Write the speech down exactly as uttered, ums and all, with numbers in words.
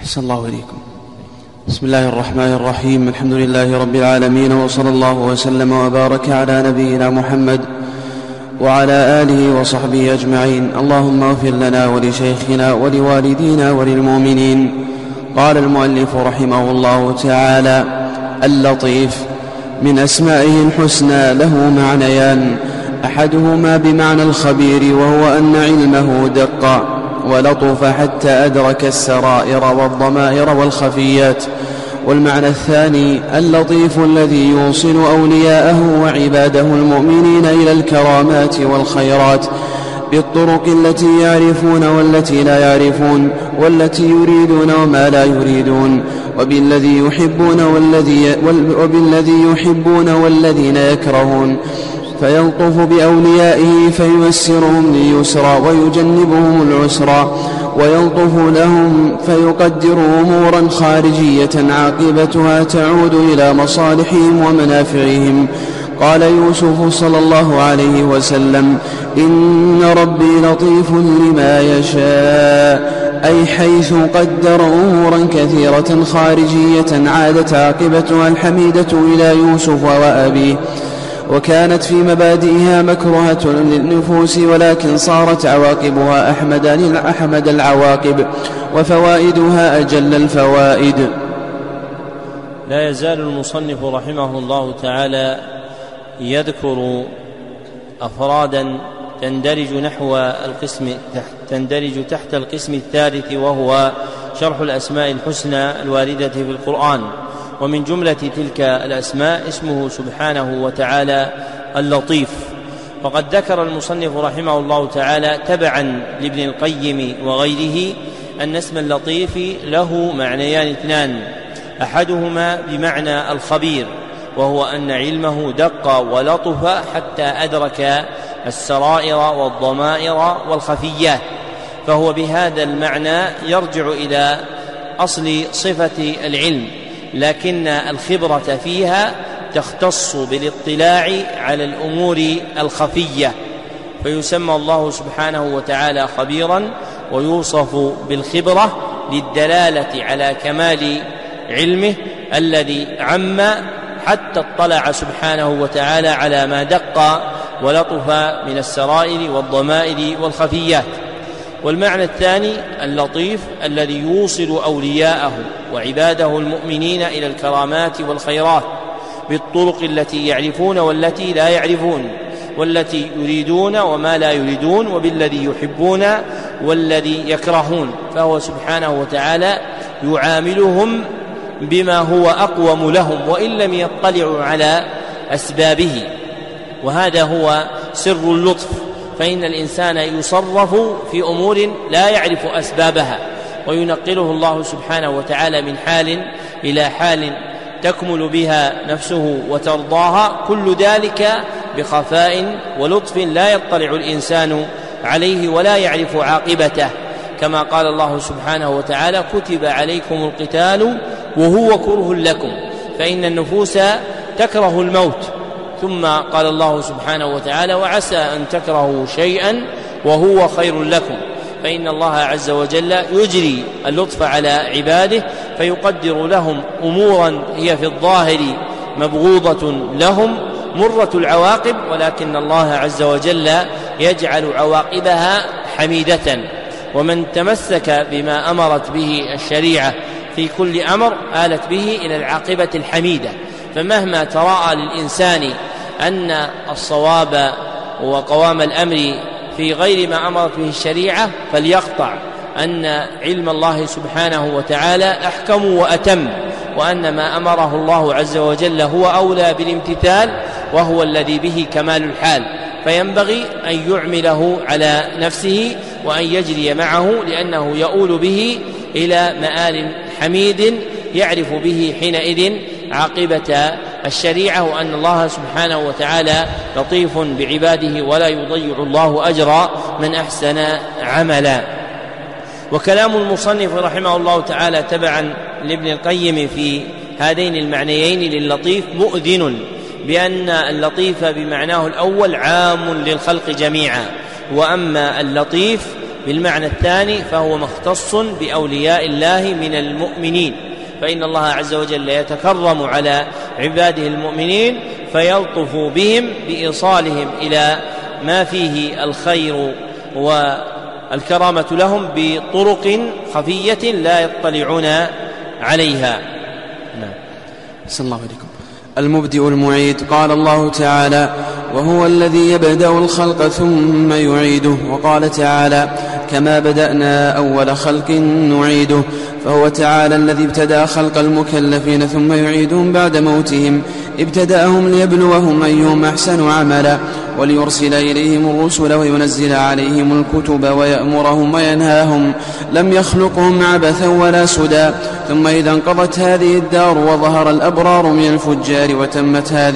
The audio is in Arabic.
أحسن الله إليكم. بسم الله الرحمن الرحيم. الحمد لله رب العالمين، وصلى الله وسلم وبارك على نبينا محمد وعلى آله وصحبه أجمعين. اللهم اغفر لنا ولشيخنا ولوالدينا وللمؤمنين. قال المؤلف رحمه الله تعالى: اللطيف من أسمائه الحسنى، له معنيان: أحدهما بمعنى الخبير، وهو أن علمه دق ولطف حتى أدرك السرائر والضمائر والخفيات. والمعنى الثاني اللطيف الذي يوصل أولياءه وعباده المؤمنين إلى الكرامات والخيرات بالطرق التي يعرفون والتي لا يعرفون، والتي يريدون وما لا يريدون، وبالذي يحبون والذي, وبالذي يحبون والذين يكرهون، فيلطف بأوليائه فييسرهم لليسرى ويجنبهم العسرى، ويلطف لهم فيقدر أمورا خارجية عاقبتها تعود إلى مصالحهم ومنافعهم. قال يوسف صلى الله عليه وسلم: إن ربي لطيف لما يشاء، أي حيث قدر أمورا كثيرة خارجية عادت عاقبتها الحميدة إلى يوسف وأبيه، وكانت في مبادئها مكروهة للنفوس، ولكن صارت عواقبها أحمد العواقب وفوائدها أجل الفوائد. لا يزال المصنف رحمه الله تعالى يذكر أفرادا تندرج نحو القسم تندرج تحت القسم الثالث، وهو شرح الأسماء الحسنى الواردة في القرآن. ومن جملة تلك الأسماء اسمه سبحانه وتعالى اللطيف. وقد ذكر المصنف رحمه الله تعالى تبعا لابن القيم وغيره أن اسم اللطيف له معنيان اثنان: أحدهما بمعنى الخبير، وهو أن علمه دق ولطف حتى أدرك السرائر والضمائر والخفيات، فهو بهذا المعنى يرجع إلى أصل صفة العلم، لكن الخبرة فيها تختص بالاطلاع على الأمور الخفية، فيسمى الله سبحانه وتعالى خبيرا، ويوصف بالخبرة للدلالة على كمال علمه الذي عم حتى اطلع سبحانه وتعالى على ما دق ولطف من السرائر والضمائر والخفيات. والمعنى الثاني اللطيف الذي يوصل أولياءه وعباده المؤمنين إلى الكرامات والخيرات بالطرق التي يعرفون والتي لا يعرفون، والتي يريدون وما لا يريدون، وبالذي يحبون والذي يكرهون، فهو سبحانه وتعالى يعاملهم بما هو أقوم لهم وإن لم يطلعوا على أسبابه. وهذا هو سر اللطف، فإن الإنسان يصرف في أمور لا يعرف أسبابها، وينقله الله سبحانه وتعالى من حال إلى حال تكمل بها نفسه وترضاها، كل ذلك بخفاء ولطف لا يطلع الإنسان عليه ولا يعرف عاقبته، كما قال الله سبحانه وتعالى: كتب عليكم القتال وهو كره لكم، فإن النفوس تكره الموت. ثم قال الله سبحانه وتعالى: وعسى أن تكرهوا شيئا وهو خير لكم، فإن الله عز وجل يجري اللطف على عباده فيقدر لهم أمورا هي في الظاهر مبغوضة لهم مرة العواقب، ولكن الله عز وجل يجعل عواقبها حميدة. ومن تمسك بما أمرت به الشريعة في كل أمر آلت به إلى العاقبة الحميدة. فمهما تراءى للإنسان أن الصواب وقوام الأمر في غير ما أمرت به الشريعة، فليقطع أن علم الله سبحانه وتعالى أحكم وأتم، وأن ما أمره الله عز وجل هو أولى بالامتثال، وهو الذي به كمال الحال، فينبغي أن يعمله على نفسه وأن يجري معه، لأنه يؤول به إلى مآل حميد يعرف به حينئذ عاقبة الشريعة، وأن الله سبحانه وتعالى لطيف بعباده ولا يضيع الله أجر من أحسن عملا. وكلام المصنف رحمه الله تعالى تبعا لابن القيم في هذين المعنيين للطيف مؤذن بأن اللطيف بمعناه الأول عام للخلق جميعا، وأما اللطيف بالمعنى الثاني فهو مختص بأولياء الله من المؤمنين، فإن الله عز وجل يتكرم على عباده المؤمنين فيلطف بهم بإيصالهم إلى ما فيه الخير والكرامة لهم بطرق خفية لا يطلعون عليها. نعم. صلى الله عليكم. المبدئ المعيد. قال الله تعالى: وهو الذي يبدأ الخلق ثم يعيده. وقال تعالى: كما بدأنا أول خلق نعيده. فهو تعالى الذي ابتدأ خلق المكلفين ثم يعيدهم بعد موتهم، ابتدأهم ليبلوهم أيهم أحسن عملا وليرسل إليهم الرسل وينزل عليهم الكتب ويأمرهم وينهاهم، لم يخلقهم عبثا ولا سدى. ثم إذا انقضت هذه الدار وظهر الأبرار من الفجار وتمت هذه